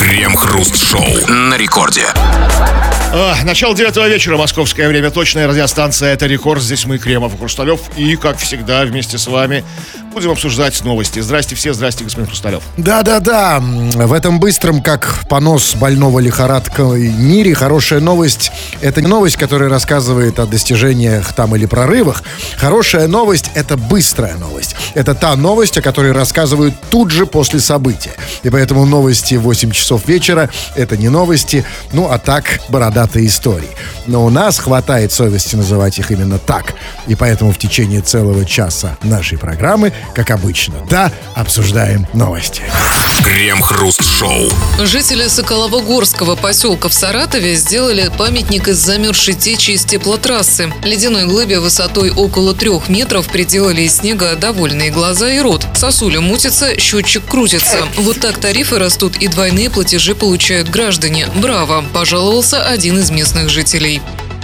Крем-хруст-шоу на рекорде. Начало 9 вечера, московское время, точная радиостанция «Это Рекорд». Здесь мы, Кремов и Хрусталев. И, как всегда, вместе с вами будем обсуждать новости. Здрасте все, здрасте, господин Хрусталев. Да. В этом быстром, как понос больного лихорадкой мире, хорошая новость. Это не новость, которая рассказывает о достижениях там или прорывах. Хорошая новость — это быстрая новость. Это та новость, о которой рассказывают тут же после события. И поэтому новости в 8 часов вечера — это не новости, а так бородатые истории. Но у нас хватает совести называть их именно так. И поэтому в течение целого часа нашей программы, как обычно, обсуждаем новости. Крем-хруст-шоу. Жители Соколово-Горского поселка в Саратове сделали памятник из замерзшей течи из теплотрассы. Ледяной глыбе высотой около 3 метров приделали из снега довольные глаза и рот. Сосуля мутится, счетчик крутится. Вот так тарифы растут и двойные платежи получают граждане. Браво! Пожаловался один из местных жителей.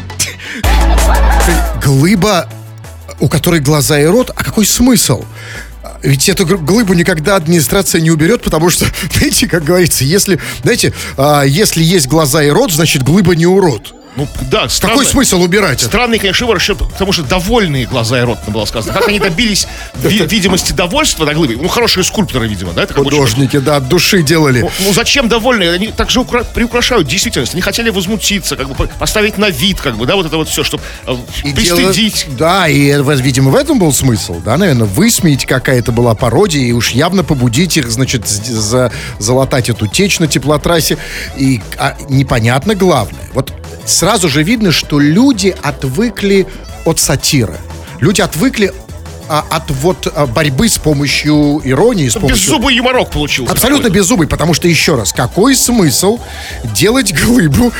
Глыба, у которой глаза и рот, а какой смысл? Ведь эту глыбу никогда администрация не уберет, потому что, знаете, как говорится, если есть глаза и рот, значит, глыба не урод. Странный, какой смысл убирать? Странный, конечно, выбор, потому что довольные глаза и рот, было сказано. Как они добились видимости довольства на глыбе? Хорошие скульпторы, видимо, да? Художники, от души делали. Зачем довольные? Они так же приукрашают действительность. Они хотели возмутиться, поставить на вид, вот это вот все, чтобы пристыдить. И, видимо, в этом был смысл, наверное, высмеять, какая-то была пародия, и уж явно побудить их, значит, залатать эту течь на теплотрассе. И непонятно главное. Сразу же видно, что люди отвыкли от сатиры. Люди отвыкли от борьбы с помощью иронии. Беззубый юморок получился. Абсолютно беззубый, потому что, еще раз, какой смысл делать глыбу,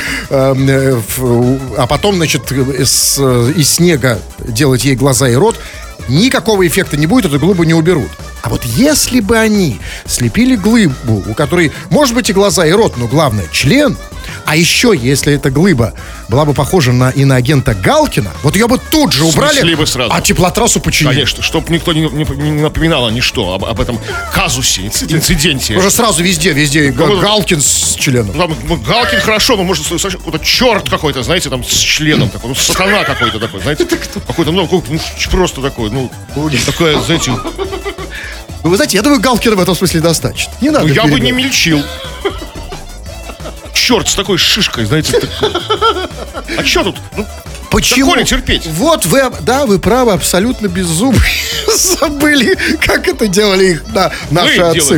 а потом, значит, из снега делать ей глаза и рот? Никакого эффекта не будет, эту глыбу не уберут. А вот если бы они слепили глыбу, у которой, может быть, и глаза, и рот, но главное, член, а еще, если эта глыба была бы похожа на иноагента Галкина, ее бы тут же убрали, бы сразу. А теплотрассу починили. Конечно, чтобы никто не напоминал ничто об этом казусе, инциденте. Уже сразу везде Галкин с членом. Галкин хорошо, но может какой-то черт какой-то, знаете, там с членом такой, сатана какой-то такой, знаете. Какой-то, просто такой, такое, знаете. Вы знаете, я думаю, Галкина в этом смысле достаточно. Не надо. Я бы не мельчил. Черт с такой шишкой, знаете. А что тут? Почему? Такое терпеть. Вы правы, абсолютно беззубые. Забыли, как это делали их наши отцы.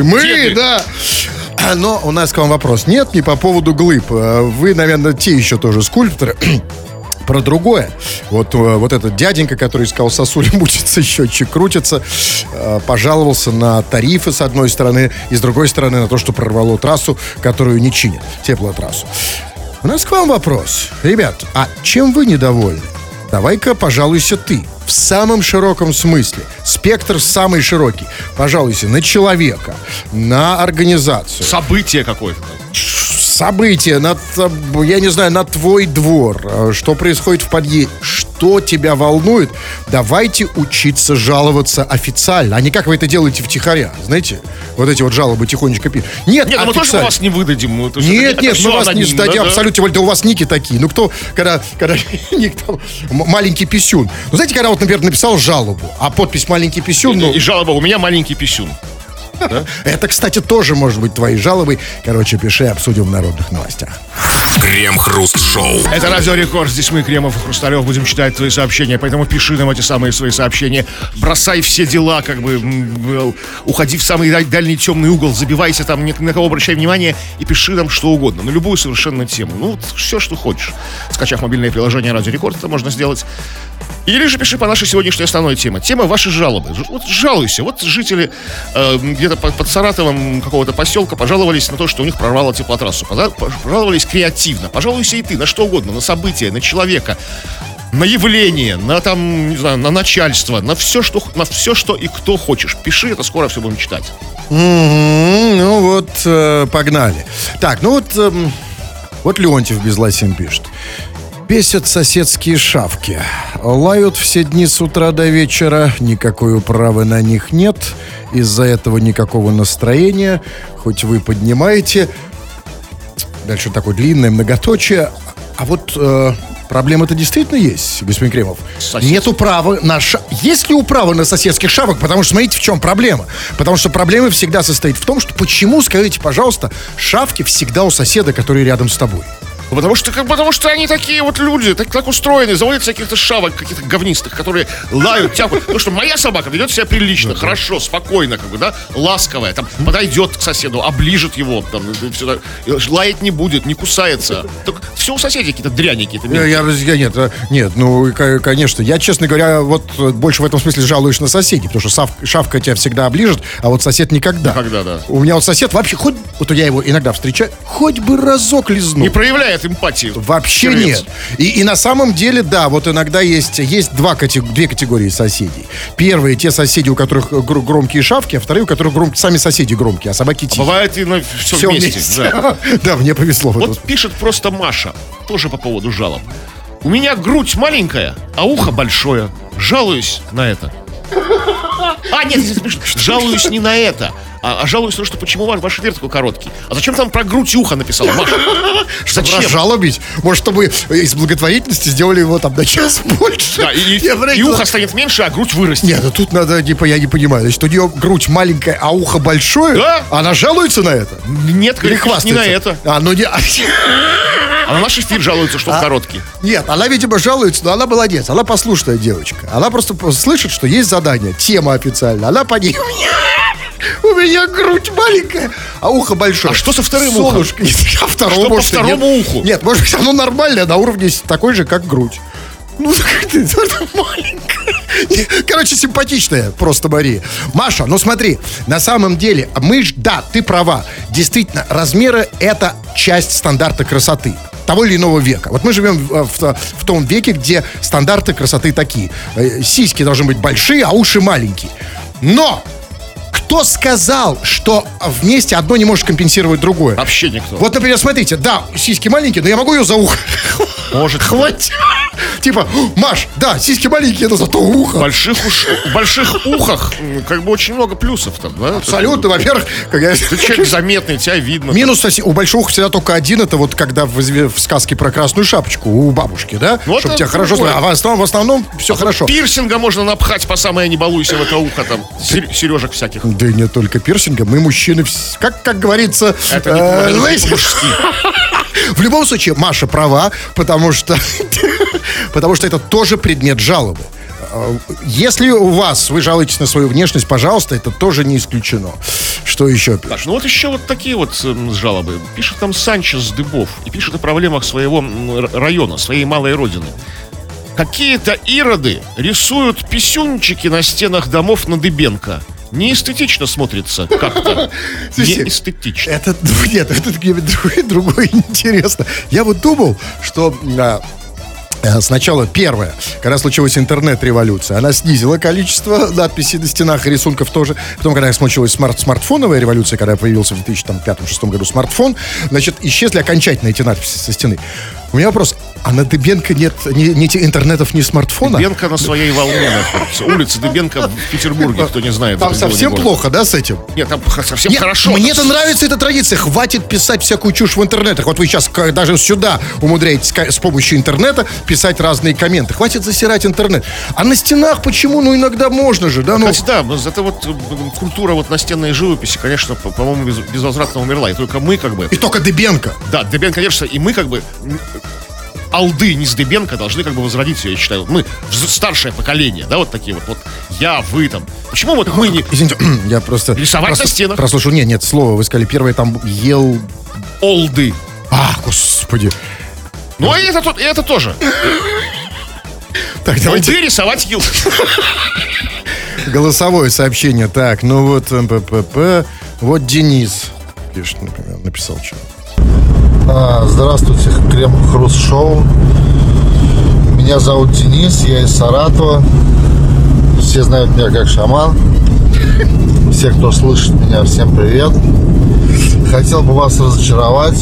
Но у нас к вам вопрос. Нет, не по поводу глыб. Вы, наверное, те еще тоже скульпторы. Про другое. Вот этот дяденька, который сказал, сосуля мутится, счетчик крутится, пожаловался на тарифы с одной стороны, и с другой стороны на то, что прорвало трассу, которую не чинят, теплотрассу. У нас к вам вопрос. Ребят, а чем вы недовольны? Давай-ка пожалуйся ты. В самом широком смысле. Спектр самый широкий. Пожалуйся на человека, на организацию. Событие какое-то. События, я не знаю, на твой двор, что происходит в подъезде, что тебя волнует, давайте учиться жаловаться официально, а не как вы это делаете втихаря, знаете, эти жалобы тихонечко пишут. Нет, мы тоже вас не выдадим. Нет, мы вас не сдадим, абсолютно, у вас ники такие. Кто, когда ник там, маленький писюн. Знаете, когда например, написал жалобу, а подпись маленький писюн. И жалоба, у меня маленький писюн. Да? Это, кстати, тоже может быть твоей жалобой. Пиши, обсудим в народных новостях. Крем-хруст-шоу. Это Радио Рекорд. Здесь мы, Кремов и Хрусталев, будем читать твои сообщения. Поэтому пиши нам эти самые свои сообщения. Бросай все дела, уходи в самый дальний темный угол, забивайся там, ни на кого обращай внимание и пиши нам что угодно. На любую совершенно тему. Все, что хочешь. Скачав мобильное приложение Радио Рекорд, это можно сделать. Или же пиши по нашей сегодняшней основной теме. Тема вашей жалобы. Жалуйся. Жители где-то под Саратовом какого-то поселка пожаловались на то, что у них прорвало теплотрассу. Пожаловались креативно. Пожалуйся и ты на что угодно. На события, на человека, на явление, на начальство, на все, что и кто хочешь. Пиши, это скоро все будем читать. Погнали. Так, Леонтьев Безласин пишет. Бесят соседские шавки. Лают все дни с утра до вечера. Никакой управы на них нет. Из-за этого никакого настроения. Хоть вы поднимаете. дальше такое длинное многоточие. А вот проблема-то действительно есть, господин Кремов. Нету права на Есть ли у права на соседских шавок? Потому что, смотрите, в чем проблема. Потому что проблема всегда состоит в том, что почему, скажите, пожалуйста, шавки всегда у соседа, который рядом с тобой? Потому что они такие вот люди, так устроены, заводят каких-то шавок, каких-то говнистых, которые лают, тяпают. Потому что моя собака ведет себя прилично, хорошо, спокойно, ласковая, там, подойдет к соседу, оближет его, там, лаять не будет, не кусается. Так все у соседей какие-то дряни какие-то. Нет, ну, конечно. Я, честно говоря, вот больше в этом смысле жалуюсь на соседей, потому что шавка тебя всегда оближет, а вот сосед никогда. Никогда, да. У меня вот сосед вообще, вот я его иногда встречаю, хоть бы разок лизнул. Не проявляет эмпатии. Вообще нет. И на самом деле, да, вот иногда есть две категории соседей. Первые, те соседи, у которых громкие шавки, а вторые, у которых сами соседи громкие, а собаки тихие. Бывает и все вместе. Да. Да, мне повезло. Вот пишет просто Маша, тоже по поводу жалоб. У меня грудь маленькая, а ухо большое. Жалуюсь на это. Жалуюсь не на это, а жалуюсь на то, что почему ваш ответ такой короткий. А зачем там про грудь и ухо написала, Маша? Чтобы разжалобить. Может, чтобы из благотворительности сделали его там на час больше. Да, и ухо станет меньше, а грудь вырастет. Нет, тут надо, я не понимаю. Значит, у нее грудь маленькая, а ухо большое? Да. Она жалуется на это? Нет, не на это. А на наш эфир жалуется, что он короткий. Нет, она, видимо, жалуется, но она молодец. Она послушная девочка. Она просто слышит, что есть задание, тема официальная. Она по ней... У меня грудь маленькая, а ухо большое. А что со вторым ухом? А второму, что по второму уху? Нет, может быть, оно нормальное, на уровне такой же, как грудь. Ну, это маленькая. Короче, симпатичная просто Мария. Маша, ну смотри, на самом деле, да, ты права. Действительно, размеры — это часть стандарта красоты того или иного века. Вот мы живем в том веке, где стандарты красоты такие. Сиськи должны быть большие, а уши маленькие. Но кто сказал, что вместе одно не может компенсировать другое? Вообще никто. Вот, например, смотрите, да, сиськи маленькие, но я могу ее за ухо. Может. Хватит. Типа, Маш, да, сиськи маленькие, но зато ухо. В больших ухах как бы очень много плюсов там, да? Абсолютно, во-первых, ты человек заметный, тебя видно. Минус у большого уха всегда только один, это вот когда в сказке про красную шапочку у бабушки, да? Вот чтобы тебя хорошо слышали. А в основном все хорошо. Пирсинга можно напхать по самое не балуйся в это ухо там. Сережек всяких. Да и не только пирсинга, мы мужчины, как говорится... Это не по-мужски. В любом случае, Маша права, потому что это тоже предмет жалобы. Если вы жалуетесь на свою внешность, пожалуйста, это тоже не исключено. Что еще пишет? Ну вот еще вот такие вот жалобы. Пишет там Санчес Дыбов и пишет о проблемах своего района, своей малой родины. Какие-то ироды рисуют писюнчики на стенах домов на Дыбенко. Неэстетично смотрится как-то. Неэстетично. Это другое интересно. Я вот думал, что... Сначала первое, когда случилась интернет-революция, она снизила количество надписей на стенах и рисунков тоже. Потом, когда случилась смартфоновая революция, когда появился в 2005-2006 году смартфон, значит, исчезли окончательно эти надписи со стены. У меня вопрос, а на Дыбенко нет ни интернетов, ни смартфона? Дыбенко на своей волне находится. Улица Дыбенко в Петербурге, кто не знает. Там совсем плохо, да, с этим? Нет, там совсем хорошо. Мне-то нравится эта традиция. Хватит писать всякую чушь в интернетах. Вот вы сейчас даже сюда умудряетесь с помощью интернета писать разные комменты. Хватит засирать интернет. А на стенах почему? Ну, иногда можно же, да? Кстати, да, это вот культура вот настенной живописи, конечно, по-моему, безвозвратно умерла. И только мы как бы... И только Дыбенко. Да, Дыбенко, конечно, и мы как бы... Алды не с Дыбенко должны как бы возродить, я считаю. Мы старшее поколение, да, вот такие вот я, вы там. Почему вот мы не... Извините, я просто... Рисовать на стенах. Прослушал, нет слова, вы сказали, первое там Олды. Господи. Ну, и это тоже. Так, давайте... Олды рисовать ел. Голосовое сообщение. Так, ну вот, вот Денис пишет, например, написал что. Здравствуйте, Крем-Хруст-шоу. Меня зовут Денис, я из Саратова. Все знают меня как Шаман. Все, кто слышит меня, всем привет. Хотел бы вас разочаровать,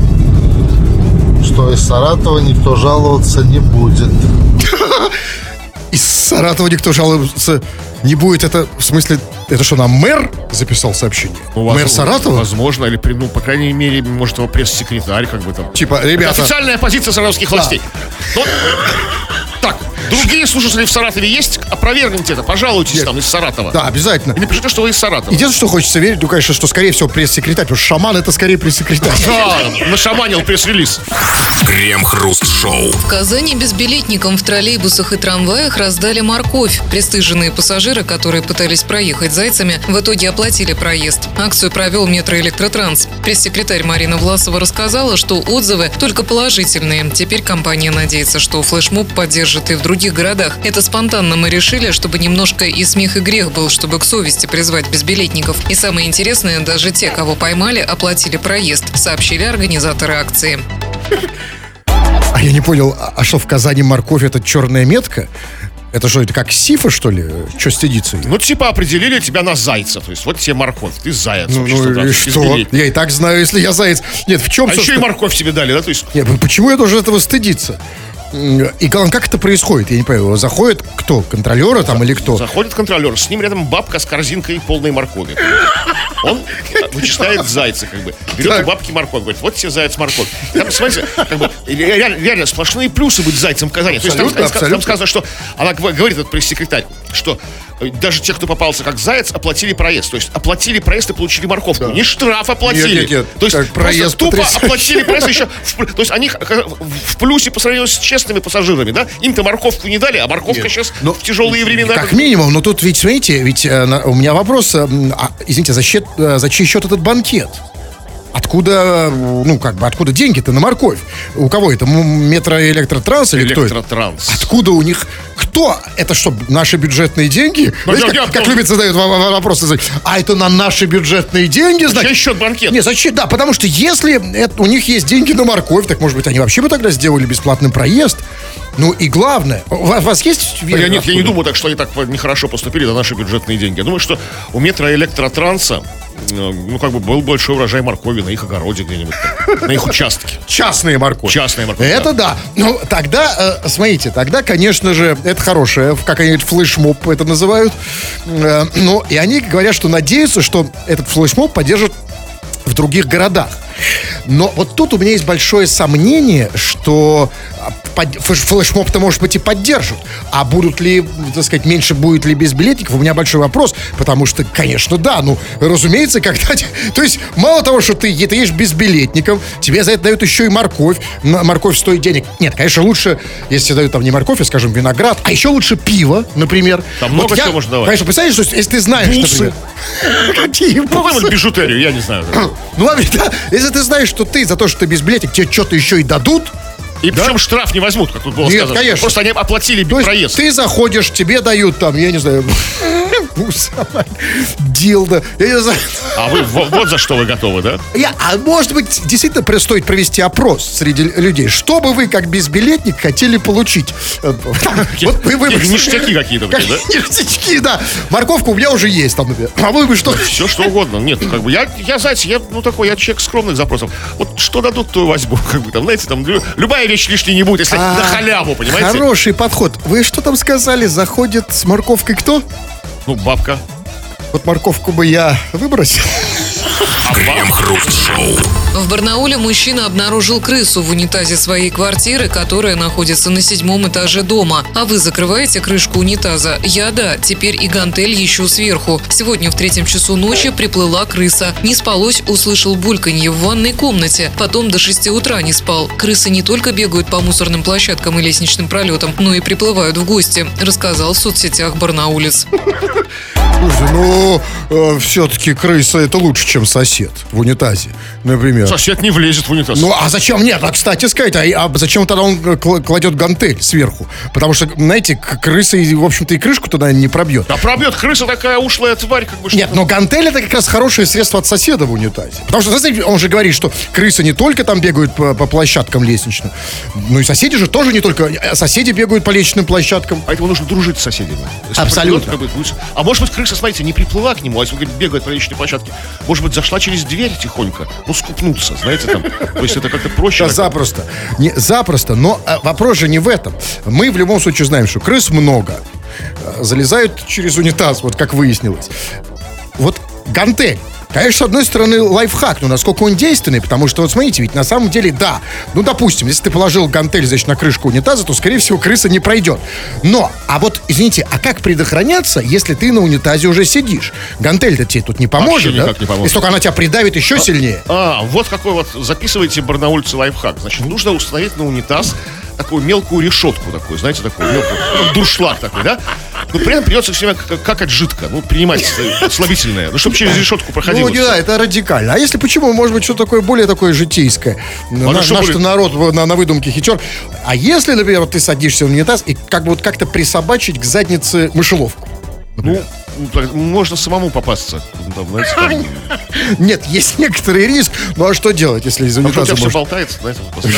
что из Саратова никто жаловаться не будет. Из Саратова никто жаловаться не будет это, в смысле, это что, нам мэр записал сообщение? Мэр Саратова? Возможно, или, ну, по крайней мере, может, его пресс-секретарь, как бы там. Типа, ребята... Это официальная позиция саратовских властей. Но, так, другие слушатели в Саратове есть? Опровергните это, пожалуйтесь там из Саратова. Да, обязательно. И напишите, что вы из Саратова. Единственное, что хочется верить, ну, конечно, что, скорее всего, пресс-секретарь, потому что шаман — это скорее пресс-секретарь. Да, нашаманил пресс-релиз. Крем-хруст-шоу. В Казани безбилетникам в троллейбусах и трамваях раздали морковь. Пристыженные пассажиры, которые пытались проехать зайцами, в итоге оплатили проезд. Акцию провел Метроэлектротранс. Пресс-секретарь Марина Власова рассказала, что отзывы только положительные. Теперь компания надеется, что флешмоб поддержит и в других городах. Это спонтанно мы решили, чтобы немножко и смех, и грех был, чтобы к совести призвать безбилетников. И самое интересное, даже те, кого поймали, оплатили проезд, сообщили организаторы акции. А я не понял, а что в Казани морковь — это черная метка? Это что, это как сифа, что ли? Что стыдиться? Ну, типа, определили тебя на зайца. То есть, вот тебе морковь, ты заяц. Ну и что? Я и так знаю, если я заяц. Нет, в чем... А еще и морковь тебе дали, да? То есть... Нет, почему я должен этого стыдиться? И как это происходит? Я не понимаю. Заходит кто? Контролеры там или кто? Заходит контролер, с ним рядом бабка с корзинкой полной моркови. Он вычисляет зайца, как бы. Берет у бабки морковь, говорит, вот тебе заяц морковь. Там, смотрите, как бы, реально сплошные плюсы быть зайцем в Казани. То есть там сказано, что, она говорит, этот пресс-секретарь, что даже те, кто попался как заяц, оплатили проезд. То есть оплатили проезд и получили морковку. Да. Не штраф оплатили. Нет. То есть проезд тупо оплатили проезд еще. То есть они в плюсе по сравнению с честными пассажирами, да? Им-то морковку не дали, а морковка сейчас в тяжелые времена. Как минимум, но тут ведь, смотрите, ведь у меня вопрос, извините, за чей счет этот банкет? Откуда, ну, как бы, откуда деньги-то на морковь? У кого это? Метроэлектротранс или кто это? Электротранс. Откуда у них? Кто? Это что, наши бюджетные деньги? Как любят задают вопросы. А это на наши бюджетные деньги, значит? Чей счет банкет? Не, зачем? Да, потому что если у них есть деньги на морковь, так, может быть, они вообще бы тогда сделали бесплатный проезд. Ну и главное, у вас есть вера? Я не думаю так, что они так нехорошо поступили на наши бюджетные деньги. Я думаю, что у Метроэлектротранса, ну, как бы, был большой урожай моркови на их огороде где-нибудь там, на их участке. Частные морковь. Частные морковь. Это да. Ну, тогда, смотрите, тогда, конечно же, это хорошее, как они флешмоб это называют. Ну, и они говорят, что надеются, что этот флешмоб поддержат в других городах. Но вот тут у меня есть большое сомнение, что флешмоб-то, может быть, и поддержат. А будут ли, так сказать, меньше будет ли безбилетников? У меня большой вопрос. Потому что, конечно, да, ну, разумеется, когда... То есть, мало того, что ты ешь безбилетником, тебе за это дают еще и морковь. Морковь стоит денег. Нет, конечно, лучше, если тебе дают там не морковь, а, скажем, виноград, а еще лучше пиво, например. Там много чего можно давать. Конечно, представляешь, что если ты знаешь, бусы. Какие бусы? Ну, бижутерию, я не знаю. Ну, ладно, да, если ты знаешь, что ты за то, что ты безбилетник, тебе что-то еще и дадут. И причем штраф не возьмут, как тут было сказано. Конечно. Просто они оплатили проезд. Ты заходишь, тебе дают там, я не знаю, дилдо. Я не знаю. А вы вот за что вы готовы, да? А может быть, действительно стоит провести опрос среди людей. Что бы вы, как безбилетник, хотели получить? Вот вы ништяки какие-то, да? Ништячки, да. Морковка у меня уже есть там, например. А вы бы что? Все, что угодно. Нет, как бы я знаете, я человек скромных запросов. Вот что дадут, то возьму. Как бы там, знаете, там любая вещь лишней не будет, если на халяву, понимаете? Хороший подход. Вы что там сказали? Заходит с морковкой кто? Ну, бабка. Вот морковку бы я выбросил. Крем-хруст-шоу. В Барнауле мужчина обнаружил крысу в унитазе своей квартиры, которая находится на 7-м этаже дома. А вы закрываете крышку унитаза? Да, теперь и гантель еще сверху. Сегодня в 3 часу ночи приплыла крыса. Не спалось, услышал бульканье в ванной комнате. Потом до 6 утра не спал. Крысы не только бегают по мусорным площадкам и лестничным пролетам, но и приплывают в гости, рассказал в соцсетях барнаулец. Слушайте, ну, все-таки крыса это лучше, чем сосед в унитазе, например. Сосед не влезет в унитаз. Ну, а зачем? Нет, кстати сказать, а зачем тогда он кладет гантель сверху? Потому что, знаете, крыса, в общем-то, и крышку туда не пробьет. А пробьет, крыса такая ушлая тварь, как бы. Нет, но гантель это как раз хорошее средство от соседа в унитазе. Потому что, знаете, он же говорит, что крысы не только там бегают по площадкам лестничным, но и соседи же тоже не только. Соседи бегают по лестничным площадкам. Поэтому нужно дружить с соседями. Абсолютно. А может быть, крыса, смотрите, не приплыла к нему, а если он бегает по лестничной площадке, может быть, зашла через дверь тихонько, ну, скупнуться, знаете, там. То есть это как-то проще. Да, запросто. Запросто, но вопрос же не в этом. Мы в любом случае знаем, что крыс много. залезают через унитаз, вот как выяснилось. Вот гантель. Конечно, с одной стороны, лайфхак, но насколько он действенный, потому что, вот смотрите, ведь на самом деле, да, ну, допустим, если ты положил гантель, значит, на крышку унитаза, то, скорее всего, крыса не пройдет. Но, а вот, извините, а как предохраняться, если ты на унитазе уже сидишь? Гантель-то тебе тут не поможет, да? Не поможет. Если только она тебя придавит еще сильнее. Вот какой вот, записывайте, барнаульцы, лайфхак. Значит, нужно установить на унитаз такую мелкую решетку, такую, знаете, такую мелкую, дуршлаг такой, да? Но при этом придется все время какать жидко, принимать слабительное, чтобы через решетку проходило. Ну, да, это радикально. А если почему? Может быть, что такое более такое житейское? Наш народ на выдумке хитер. А если, например, вот ты садишься в унитаз и как-то присобачить к заднице мышеловку? Ну, можно самому попасться. Знаете, нет, есть некоторый риск. Ну, а что делать, если из унитаза все болтается, знаете,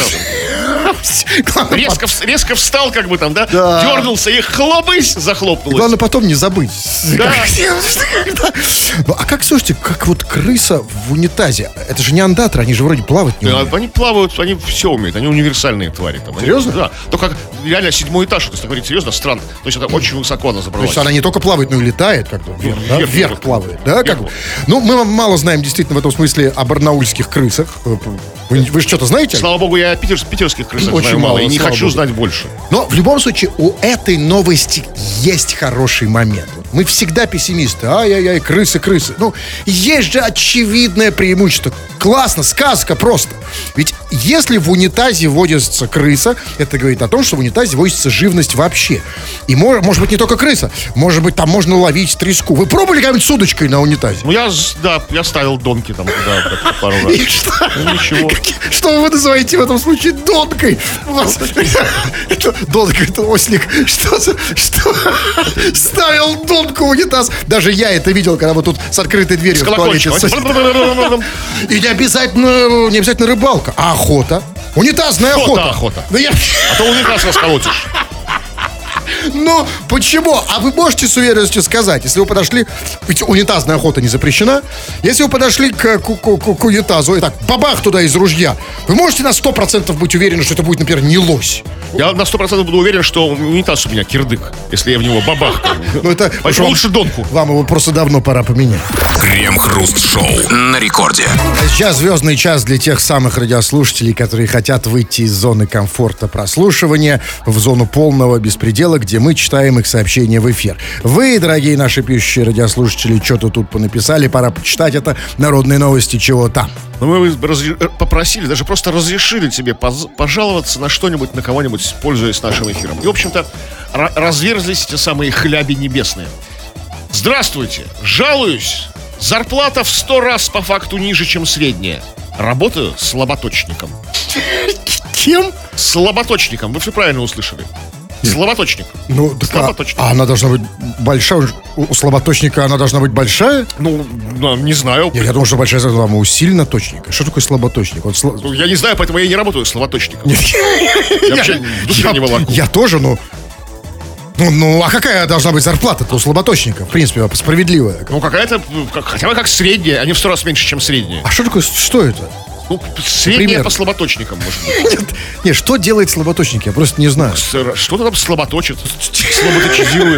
резко встал, как бы там, да? Дернулся и хлопысь, захлопнулось. Главное потом не забыть. Да. Ну, а как, слушайте, как вот крыса в унитазе? Это же неандатор, они же вроде плавать не умеют. Они плавают, они все умеют, они универсальные твари. Серьезно? Да. Только реально 7-й этаж, если говорить серьезно, странно. То есть это очень высоко она забралась. То есть она не только плавает, но и летает как-то вверх плавает, да? Как бы. Ну, мы мало знаем действительно в этом смысле о барнаульских крысах. Вы что-то знаете? Слава богу, я о питерских крысах очень знаю мало и не хочу богу. знать больше. Но в любом случае у этой новости есть хороший момент. Мы всегда пессимисты. Ай-яй-яй, крысы. Ну, есть же очевидное преимущество. Классно, сказка просто. Ведь если в унитазе водится крыса, это говорит о том, что в унитазе водится живность вообще. И может быть не только крыса. Может быть там можно ловить треску. Вы пробовали как-нибудь с удочкой на унитазе? Ну, я ставил донки там пару раз. И что? Ничего. Что вы называете в этом случае донкой? Донка, это ослик. Что? Ставил донку в унитаз. Даже я это видел, когда вот тут с открытой дверью в туалете. И не обязательно рыбалка, а охота. Унитазная охота. А то унитаз расколотишь. Ну, почему? А вы можете с уверенностью сказать, если вы подошли... Ведь унитазная охота не запрещена. Если вы подошли к унитазу и так, бабах туда из ружья, вы можете на 100% быть уверены, что это будет, например, не лось? Я на 100% буду уверен, что унитаз у меня кирдык, если я в него бабахаю. Ну, это... Поэтому лучше донку. Вам его просто давно пора поменять. Крем-хруст-шоу на рекорде. Сейчас звездный час для тех самых радиослушателей, которые хотят выйти из зоны комфорта прослушивания в зону полного беспредела, где мы читаем их сообщения в эфир. Вы, дорогие наши пишущие радиослушатели, что-то тут понаписали, пора почитать это. Народные новости, чего там. Но мы попросили, даже просто разрешили тебе пожаловаться на что-нибудь, на кого-нибудь, пользуясь нашим эфиром. И, в общем-то, разверзлись эти самые хляби небесные. Здравствуйте, жалуюсь. Зарплата в 100 раз по факту ниже, чем средняя. Работаю слаботочником. Кем? Слаботочником, вы все правильно услышали. Слаботочник. Ну, слаботочник. А она должна быть большая. У слаботочника она должна быть большая? Ну, не знаю. Я думал, что большая зарплата у сильноточника. Что такое слаботочник? Я не знаю, поэтому я не работаю слаботочником. Я вообще в душе не волоку. Я тоже, Ну, а какая должна быть зарплата-то у слаботочника? В принципе, справедливая. Ну, какая-то, хотя бы как средняя, а не в 100 раз меньше, чем средняя. А что такое, что это? Ну, средняя по слаботочникам, может быть. Нет, что делает слаботочник? Я просто не знаю. Что-то там слаботочит, слаботочизирует.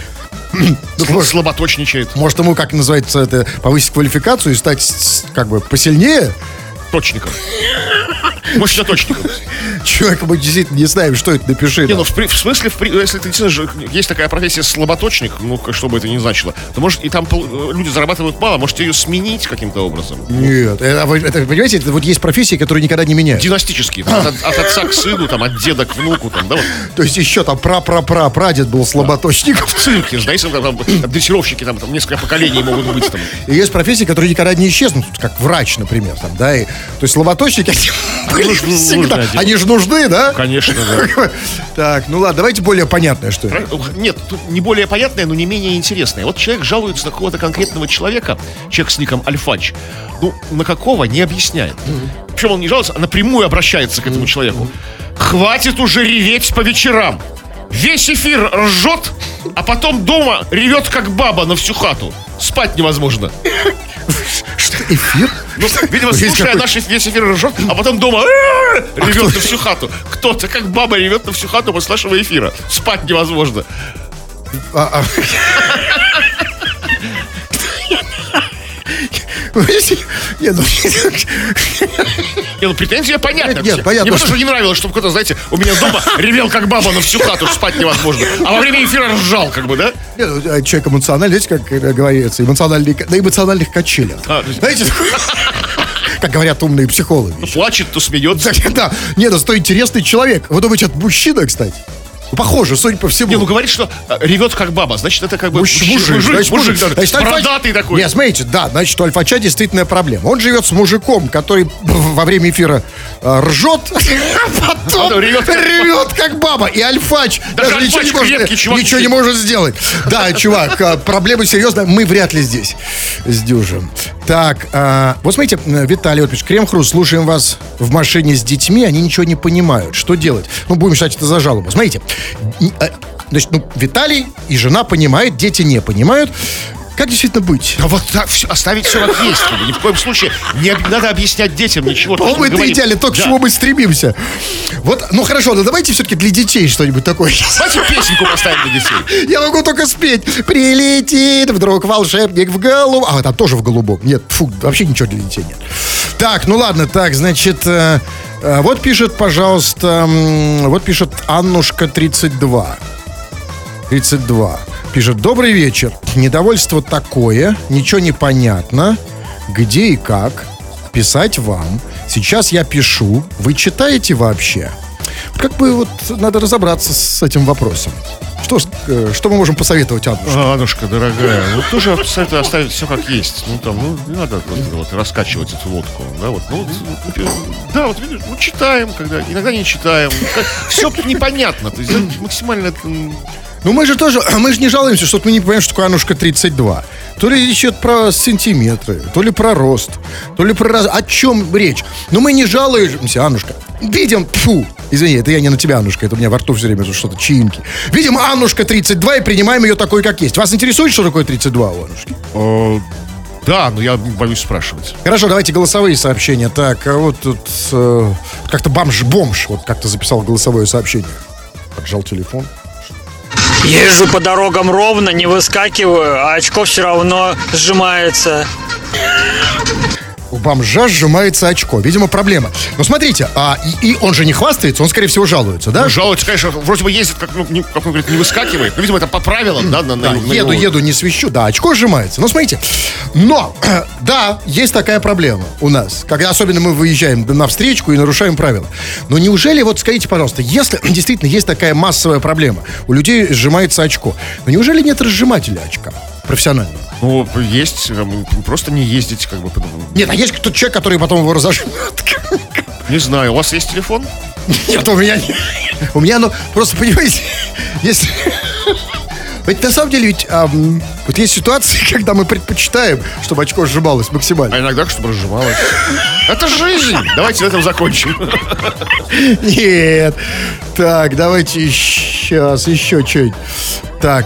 Слаботочничает. Может, ему, как называется это, повысить квалификацию и стать, как бы, посильнее? Точником. Мощноточником. Человек, мы действительно не знаем, что это, напиши. Не, ну, в смысле, если ты действительно есть такая профессия слаботочник, ну, что бы это ни значило, то, может, и там люди зарабатывают мало, можете ее сменить каким-то образом. Нет, это, понимаете, это вот есть профессии, которые никогда не меняют. Династические. От отца к сыну, там, от деда к внуку, там, да? Вот. То есть еще там прадед был слаботочником. В цирке, знаете, там дрессировщики, там несколько поколений могут быть. Там. И есть профессии, которые никогда не исчезнут, как врач, например, там, да, и, то есть слаботочники, были всегда. Они же нужны, да? Конечно, да. Так, ну ладно, давайте более понятное, что это. Нет, тут не более понятное, но не менее интересное. Вот человек жалуется на какого-то конкретного человека, человек с ником Альфач. Ну, на какого, не объясняет. Причем он не жалуется, а напрямую обращается к этому человеку. Хватит уже реветь по вечерам. Весь эфир ржет, а потом дома ревет как баба на всю хату. Спать невозможно. Что, эфир? Ну, видимо, слушая наш весь эфир ржет, а потом дома ревет на всю хату. Кто-то как баба ревет на всю хату после нашего эфира. Спать невозможно. Нет, ну претензия понятна. Нет, понятно. Мне просто не нравилось, чтобы кто-то, знаете, у меня дома ревел как баба на всю хату, спать невозможно. А во время эфира ржал, как бы, да? Нет, человек эмоциональный, знаете, как говорится, на эмоциональных качелях. Знаете, как говорят умные психологи. Плачет, то смеется. Да, нет, ну что интересный человек. Вы думаете, это мужчина, кстати? Похоже, судя по всему. Не, ну говорит, что ревет как баба. Значит, это как бы мужик, значит, бородатый такой. Нет, смотрите, да, значит, у Альфача действительно проблема. Он живет с мужиком, который во время эфира ржет, а потом ревет как баба. И Альфач даже ничего не может сделать. Да, чувак, проблема серьезная. Мы вряд ли здесь сдюжим. Так, вот смотрите, Виталий вот пишет: Крем-Хруст, слушаем вас в машине с детьми, они ничего не понимают. Что делать? Ну, будем считать это за жалобу. Смотрите, значит, Виталий и жена понимают, дети не понимают. Как действительно быть? А вот так, оставить все как есть. Ни в коем случае не надо объяснять детям ничего. По-моему, это идеально, то, к чему мы стремимся. Вот, ну хорошо, но давайте все-таки для детей что-нибудь такое. Давайте песенку поставим для детей. Я могу только спеть. Прилетит вдруг волшебник в голубом. А, там тоже в голубом. Нет, фу, вообще ничего для детей нет. Так, ну ладно, так, значит, вот пишет, пожалуйста, вот пишет Аннушка 32. 32. Пишет: добрый вечер. Недовольство такое, ничего не понятно. Где и как? Писать вам. Сейчас я пишу. Вы читаете вообще? Как бы вот надо разобраться с этим вопросом. Что мы можем посоветовать, Аннушка? Аннушка, дорогая, ну тоже советую оставить все как есть. Ну там, ну не надо вот раскачивать эту лодку. Да, вот, ну, да, вот видишь, мы читаем, иногда не читаем. Все непонятно. То есть максимально. Ну мы же не жалуемся, что мы не понимаем, что такое Аннушка 32. То ли речь идет про сантиметры, то ли про рост, то ли про... О чем речь? Но мы не жалуемся, Аннушка. Видим, извини, это я не на тебя, Аннушка, это у меня во рту все время что-то чаинки. Видим Аннушка 32 и принимаем ее такой, как есть. Вас интересует, что такое 32 у Аннушки? Да, но я боюсь спрашивать. Хорошо, давайте голосовые сообщения. Так, а вот тут как-то бомж вот как-то записал голосовое сообщение. Отжал телефон. Езжу по дорогам ровно, не выскакиваю, а очко все равно сжимается. У бомжа сжимается очко. Видимо, проблема. Но смотрите, и он же не хвастается, он, скорее всего, жалуется, да? Ну, жалуется, конечно, вроде бы ездит, как он говорит, не выскакивает. Но, видимо, это по правилам, да? Еду, не свищу. Да, очко сжимается. Но смотрите, да, есть такая проблема у нас. Когда особенно мы выезжаем на встречку и нарушаем правила. Но неужели, вот скажите, пожалуйста, если действительно есть такая массовая проблема, у людей сжимается очко, но неужели нет разжимателя очка профессионального? Ну, есть, просто не ездить, как бы. Нет, а есть тот человек, который потом его разожмет. Не знаю, у вас есть телефон? Нет, у меня нет. У меня, просто, понимаете, если... Ведь на самом деле, вот есть ситуации, когда мы предпочитаем, чтобы очко сжималось максимально. А иногда, чтобы разжималось. Это жизнь. Давайте на этом закончим. Нет. Так, давайте еще что-нибудь. Так,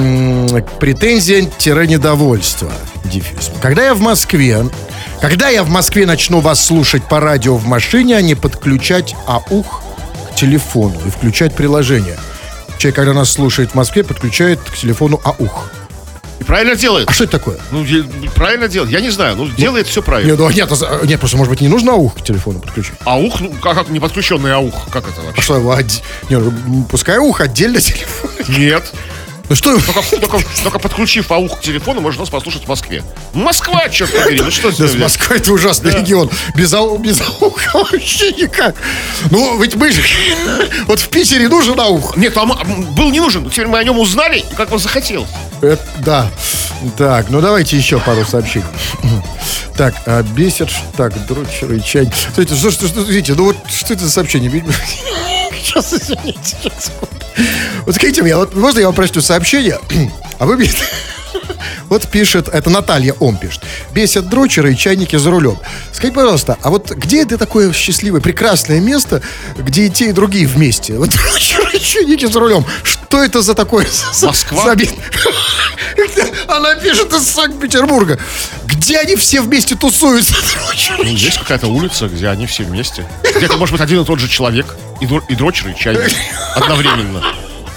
претензия-недовольство. Дефис. Когда я в Москве начну вас слушать по радио в машине, а не подключать АУХ к телефону и включать приложение. Человек, когда нас слушает в Москве, подключает к телефону АУХ. И правильно делает. А что это такое? Ну, правильно делает. Я не знаю, делает все правильно. Нет, просто, может быть, не нужно АУХ к телефону подключить. АУХ? Ну, как не подключенный АУХ? Как это вообще? А что, пускай АУХ отдельно телефон. Нет. Ну что? Только подключив АУХ к телефону, можно нас послушать в Москве. Москва, черт побери, ну что это? Москва — это ужасный регион. Без АУХа вообще никак. Ну, ведь мы же... Вот в Питере нужен АУХ. Нет, там был не нужен. Теперь мы о нем узнали, и как он захотел. Да. Так, ну давайте еще пару сообщений. Так, бесит... Так, дрочеры, чай. Смотрите, видите, ну вот что это за сообщение? Сейчас, извините, сейчас. Вот скажите мне, можно я вам прочту сообщение? А вы мне... Вот пишет, это Наталья Ом пишет: бесят дрочеры и чайники за рулем. Скажите, пожалуйста, а вот где это такое счастливое, прекрасное место, где и те, и другие вместе? Вот дрочеры и чайники за рулем. Что это за такое? Москва? Она пишет из Санкт-Петербурга. Где они все вместе тусуются? Ну, есть какая-то улица, где они все вместе. Где-то, может быть, один и тот же человек. И дрочеры, и чайник. Одновременно.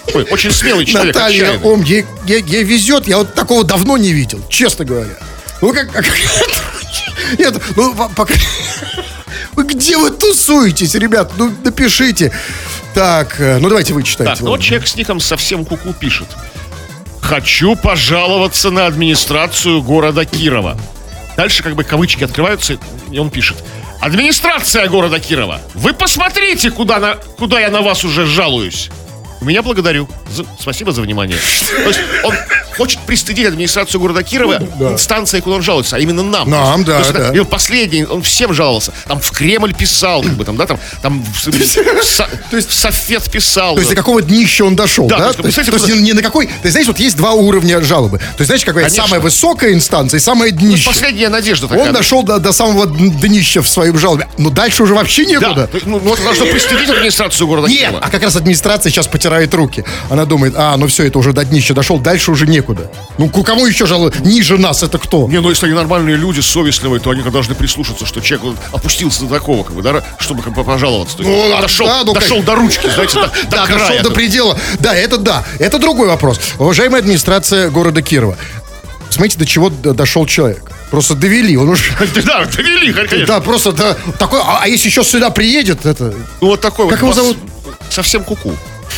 Ой, очень смелый человек. Наталья, ей везет, я вот такого давно не видел, честно говоря. Ну, Нет, ну, пока... Где вы тусуетесь, ребят? Ну, напишите. Так, ну давайте вы читайте. Так, вот человек с ником совсем куку пишет. Хочу пожаловаться на администрацию города Кирова. Дальше как бы кавычки открываются, и он пишет. Администрация города Кирова, вы посмотрите, куда я на вас уже жалуюсь. Меня благодарю. Спасибо за внимание. То есть он хочет пристыдить администрацию города Кирова, инстанции, куда он жалуется, а именно нам. Нам, да. И он последний, он всем жаловался. Там в Кремль писал, как бы там, да, там в Софет писал. То есть до какого днища он дошел, да? То есть не на какой... Ты знаешь, вот есть два уровня жалобы. То есть, знаешь, какая самая высокая инстанция и самая днище. Последняя надежда такая. Он дошел до самого днища в своем жалобе. Но дальше уже вообще некуда. Да, ну, нужно пристыдить администрацию города Кирова. Нет, а как раз администрация сейчас потирает руки. Она думает, ну все, это уже до днища дошел, дальше уже некуда. Ну, кому еще жалуют? Ниже нас это кто? Не, ну если они нормальные люди, совестливые, то они должны прислушаться, что человек опустился до такого, как бы, да, чтобы как бы пожаловаться. То есть, дошел до ручки, знаете, до края. Дошел до предела. Да. Это другой вопрос. Уважаемая администрация города Кирова, смотрите, до чего дошел человек. Просто довели, он уже... Да, довели, конечно. Да, просто такой... А если еще сюда приедет, это... Ну, вот такой как вот. Как его зовут? Совсем куку.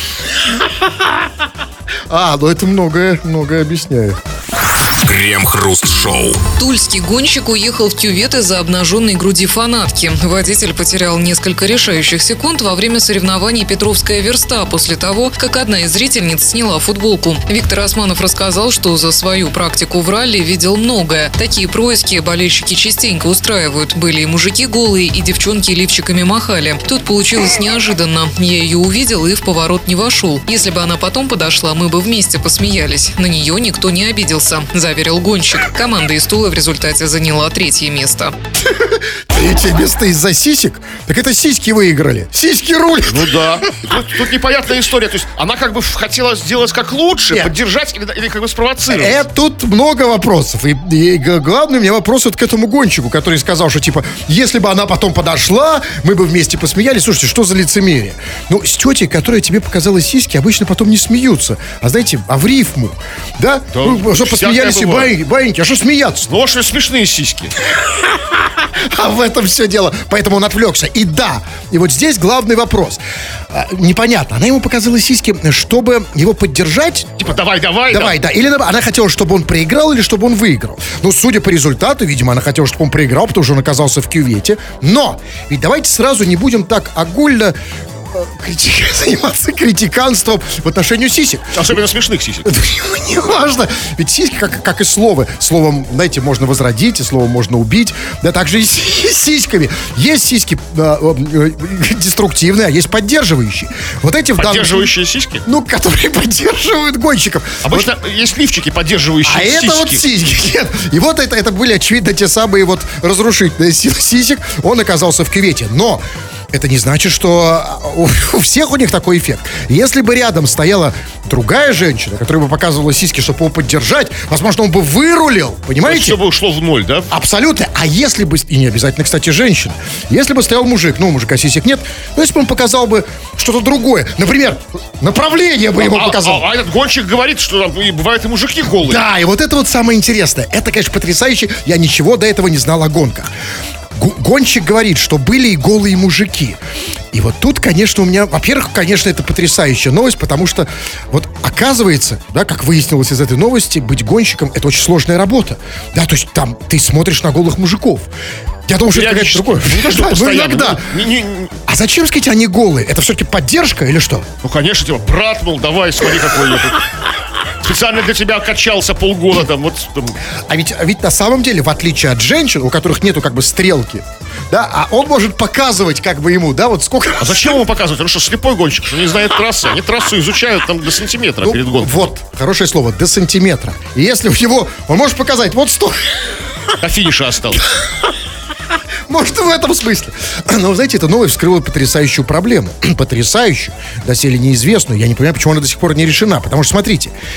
Ну это многое объясняет. Крем-хруст-шоу. Тульский гонщик уехал в кювет из-за обнаженной груди фанатки. Водитель потерял несколько решающих секунд во время соревнований «Петровская верста» после того, как одна из зрительниц сняла футболку. Виктор Османов рассказал, что за свою практику в ралли видел многое. Такие происки болельщики частенько устраивают. Были и мужики голые, и девчонки лифчиками махали. Тут получилось неожиданно. Я ее увидел и в поворот не вошел. Если бы она потом подошла, мы бы вместе посмеялись. На нее никто не обиделся, заверил гонщик. Команда из Тулы в результате заняла 3-е место. 3-е место из-за сисек? Так это сиськи выиграли. Сиськи рулят. Ну да. Тут непонятная история. То есть она как бы хотела сделать как лучше, поддержать или как бы спровоцировать. Тут много вопросов. И главный у меня вопрос вот к этому гонщику, который сказал, что типа, если бы она потом подошла, мы бы вместе посмеялись. Слушайте, что за лицемерие? Ну, с тетей, которая тебе показала сиськи, обычно потом не смеются. А знаете, в рифму. Да? Что посмеялись и баиньки. А что смеяться? Ну, что смешные сиськи. А в этом все дело. Поэтому он отвлекся. И вот здесь главный вопрос. Непонятно. Она ему показала сиськи, чтобы его поддержать. Типа давай. Да. Или она хотела, чтобы он проиграл, или чтобы он выиграл. Ну, судя по результату, видимо, она хотела, чтобы он проиграл, потому что он оказался в кювете. Но ведь давайте сразу не будем так огульно заниматься критиканством в отношении сисек. Особенно смешных сисек. Не важно. Ведь сиськи, как и слово. Словом, знаете, можно возродить, и словом можно убить. Да так же и с сиськами. Есть сиськи деструктивные, а есть поддерживающие. Вот эти поддерживающие сиськи? Ну, которые поддерживают гонщиков. Обычно есть лифчики, поддерживающие сиськи. А это вот сиськи. Нет. И вот это были, очевидно, те самые вот разрушительные сисек. Он оказался в кювете. Но это не значит, что у всех у них такой эффект. Если бы рядом стояла другая женщина, которая бы показывала сиськи, чтобы его поддержать, возможно, он бы вырулил, понимаете? Все бы ушло в ноль, да? Абсолютно. А если бы, и не обязательно, кстати, женщина, если бы стоял мужик, у мужика сисек нет, но если бы он показал бы что-то другое, например, направление бы ему показал. А этот гонщик говорит, что бывают и мужики голые. Да, и вот это вот самое интересное. Это, конечно, потрясающе. Я ничего до этого не знал о гонках. Гонщик говорит, что были и голые мужики. И вот тут, конечно, у меня... Во-первых, конечно, это потрясающая новость, потому что вот оказывается, да, как выяснилось из этой новости, быть гонщиком — это очень сложная работа. Да, то есть там ты смотришь на голых мужиков. Я думал, что это какая-то другое. Ну, иногда. А зачем, сказать, они голые? Это все-таки поддержка или что? Ну, конечно, типа, брат, мол, давай, смотри, какой я тут. Специально для тебя качался полгода там, вот. А ведь на самом деле, в отличие от женщин, у которых нету как бы стрелки, да, а он может показывать как бы ему, да, вот сколько... А зачем ему показывать? Он что, слепой гонщик, что не знает трассы? Они трассу изучают там до сантиметра перед гонкой. Вот, хорошее слово, до сантиметра. И если у него, он может показать вот столько... До финиша осталось. Может, в этом смысле. Но, знаете, эта новость вскрыла потрясающую проблему. Потрясающую, доселе неизвестную. Я не понимаю, почему она до сих пор не решена. Потому что, смотрите,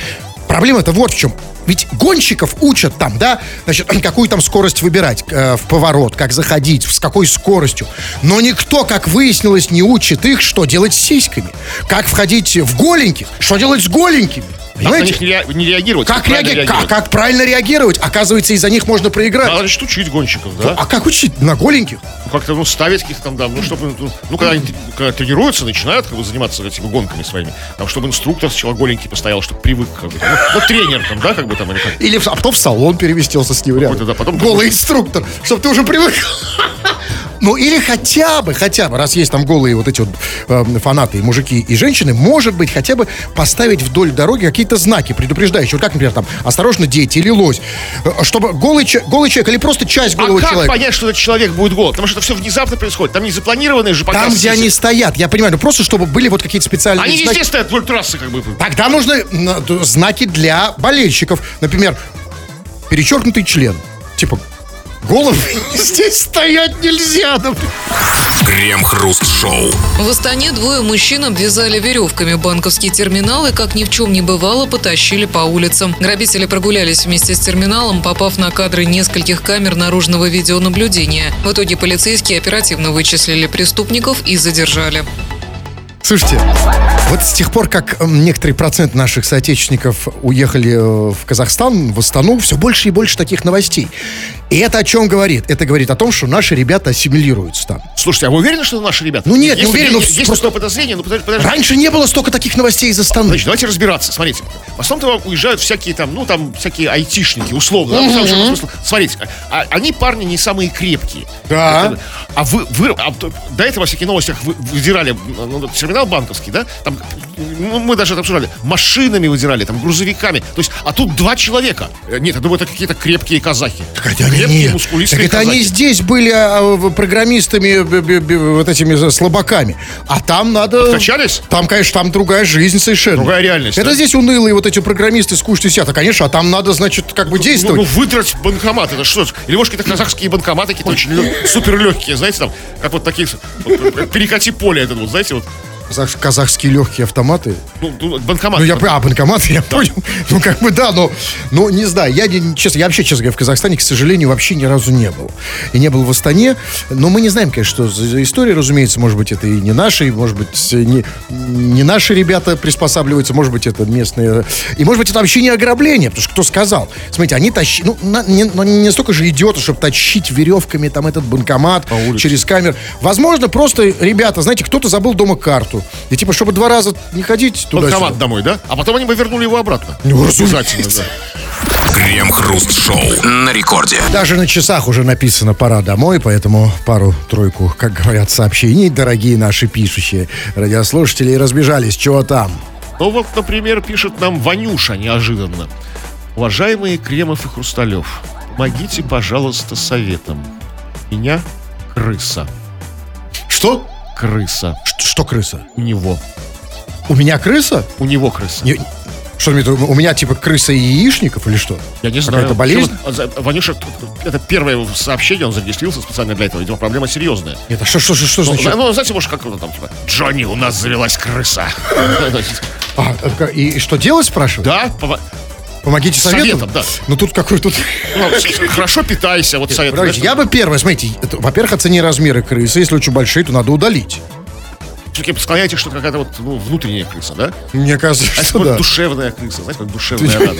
Проблема-то вот в чем. Ведь гонщиков учат там, да, значит, какую там скорость выбирать в поворот, как заходить, с какой скоростью. Но никто, как выяснилось, не учит их, что делать с сиськами. Как входить в голеньких, что делать с голенькими. Как на них не реагировать? Как правильно реагировать? Оказывается, из-за них можно проиграть. Надо же учить гонщиков, да? А как учить? На голеньких? Как-то, ставить их там, да, чтобы, когда они тренируются, начинают заниматься этими гонками своими, там, чтобы инструктор сначала голенький постоял, чтобы привык, тренер там, да, там, или как. Или а потом в салон переместился с ним рядом. Да, потом голый инструктор, чтобы ты уже привык. Ну, или хотя бы, раз есть там голые вот эти вот фанаты, и мужики, и женщины, может быть, хотя бы поставить вдоль дороги какие-то знаки предупреждающие. Вот как, например, там, осторожно, дети или лось. Чтобы голый человек или просто часть голого человека. А как понять, что этот человек будет голый? Потому что это все внезапно происходит. Там не запланированные же показы. Там, где они стоят, я понимаю, просто чтобы были вот какие-то специальные знаки. Они везде стоят вдоль трассы, как бы. Тогда нужны знаки для болельщиков. Например, перечеркнутый член. Типа, головы здесь стоять нельзя. Крем-хруст-шоу. В Астане двое мужчин обвязали веревками банковский терминал и, как ни в чем не бывало, потащили по улицам. Грабители прогулялись вместе с терминалом, попав на кадры нескольких камер наружного видеонаблюдения. В итоге полицейские оперативно вычислили преступников и задержали. Слушайте, вот с тех пор, как некоторый процент наших соотечественников уехали в Казахстан, в Астану, все больше и больше таких новостей. И это о чем говорит? Это говорит о том, что наши ребята ассимилируются там. Слушайте, а вы уверены, что это наши ребята? Ну нет, не уверен. Есть просто подозрение, подожди. Раньше не было столько таких новостей из Астаны. Значит, давайте разбираться. Смотрите, в основном уезжают всякие там, всякие айтишники, условно. Смотрите, они парни не самые крепкие. Да. До этого всякие новости выдирали терминал банковский, да? Там, мы даже это обсуждали. Машинами выдирали, там, грузовиками. То есть, а тут 2 человека. Нет, я думаю, это какие-то крепкие казахи. Крепкие, мускулистые казахи. Это они здесь были программистами, вот этими слабаками. А там надо... Откачались? Там, конечно, там другая жизнь совершенно. Другая реальность. Это здесь унылые вот эти программисты скучные сидят. А, конечно, а там надо, значит, как бы действовать. Выдрать банкомат. Это что? Или, может, какие-то казахские банкоматы, какие-то очень супер легкие, знаете, там, как вот такие, перекати поле, это вот, знаете, вот. Казахские легкие автоматы. Банкомат. Банкоматы, я понял. Ну, как бы, да, но не знаю. Я вообще, честно говоря, в Казахстане, к сожалению, вообще ни разу не был. И не был в Астане. Но мы не знаем, конечно, что за история, разумеется. Может быть, это и не наши, может быть, не наши ребята приспосабливаются, может быть, это местные. И, может быть, это вообще не ограбление, потому что кто сказал? Смотрите, они тащили, не столько же идиоты, чтобы тащить веревками там этот банкомат через камеру. Возможно, просто, ребята, знаете, кто-то забыл дома карту. И типа, чтобы 2 раза не ходить туда-сюда. Банкомат домой, да? А потом они бы вернули его обратно. Ну, разумеется. Крем-хруст-шоу на рекорде. Даже на часах уже написано «пора домой», поэтому пару-тройку, как говорят, сообщений, дорогие наши пишущие радиослушатели, разбежались. Чего там? Ну вот, например, пишет нам Ванюша неожиданно. Уважаемые Кремов и Хрусталев, помогите, пожалуйста, советом. Меня крыса. Что? Крыса. Что крыса? У него. У меня крыса? У него крыса. Что, у меня типа крыса яичников или что? Я не знаю. Это болезнь? Ванюша, это первое сообщение, он зарегистрировался специально для этого. Видимо, проблема серьезная. Это что значит? Ну, знаете, может, как там, типа, Джонни, у нас завелась крыса. И что делать, спрашивают? Да, помогите советом? Да. Ну тут какой тут... Хорошо питайся, вот совет. Подождите, я бы первое, смотрите, во-первых, оцени размеры крысы. Если очень большие, то надо удалить. Все-таки склоняете, что какая-то вот внутренняя крыса, да? Мне кажется, что да. Душевная крыса, знаете, как душевная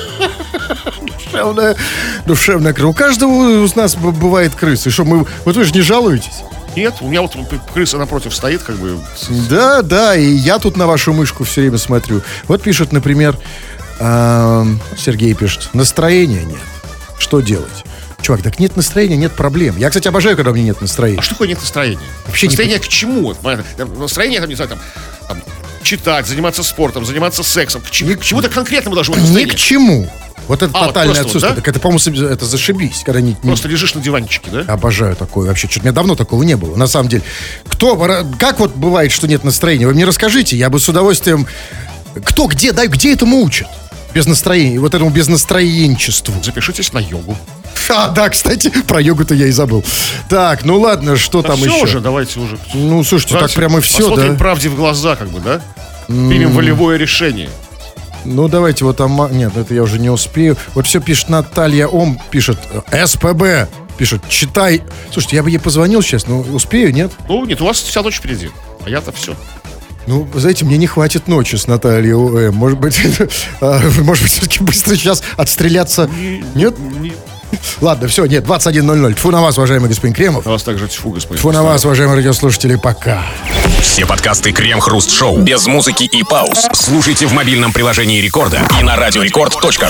рада. Душевная крыса. У каждого из нас бывает крысы. Что, вот вы же не жалуетесь? Нет, у меня вот крыса напротив стоит, как бы. Да, и я тут на вашу мышку все время смотрю. Вот пишет, например, Сергей пишет: настроения нет. Что делать? Чувак, так нет настроения, нет проблем. Я, кстати, обожаю, когда у меня нет настроения. А что такое нет настроения? Вообще настроение к чему? Настроение, там, не знаю, там, читать, заниматься спортом, заниматься сексом. К чему-то конкретному должно быть настроение. Ни к чему. Вот это тотальное вот отсутствие. Да? Так это, по-моему, это зашибись. Когда просто лежишь на диванчике, да? Обожаю такое вообще. Что-то у меня давно такого не было. На самом деле. Как вот бывает, что нет настроения? Вы мне расскажите, я бы с удовольствием... Где этому учат? Без настроения, вот этому безнастроенчеству. Запишитесь на йогу. Да, кстати, про йогу-то я и забыл. Так, ну ладно, что там еще? Уже, давайте уже. Ну, слушайте, так прямо и все, да? Посмотрим правде в глаза, как бы, да? Примем волевое решение. Ну, давайте вот там... Нет, это я уже не успею. Вот все пишет Наталья Ом, пишет СПБ. Пишет, читай. Слушайте, я бы ей позвонил сейчас, но успею, нет? Ну, нет, у вас вся ночь впереди. А я-то все. Ну, знаете, мне не хватит ночи с Натальей Ом. Может быть, все-таки быстро сейчас отстреляться? Нет? Ладно, все, нет, 21:00. Тьфу на вас, уважаемый господин Кремов. На вас также тьфу, господин. Тьфу на вас, уважаемые радиослушатели, пока. Все подкасты Крем-Хруст Шоу без музыки и пауз слушайте в мобильном приложении Рекорда и на радиорекорд.ру.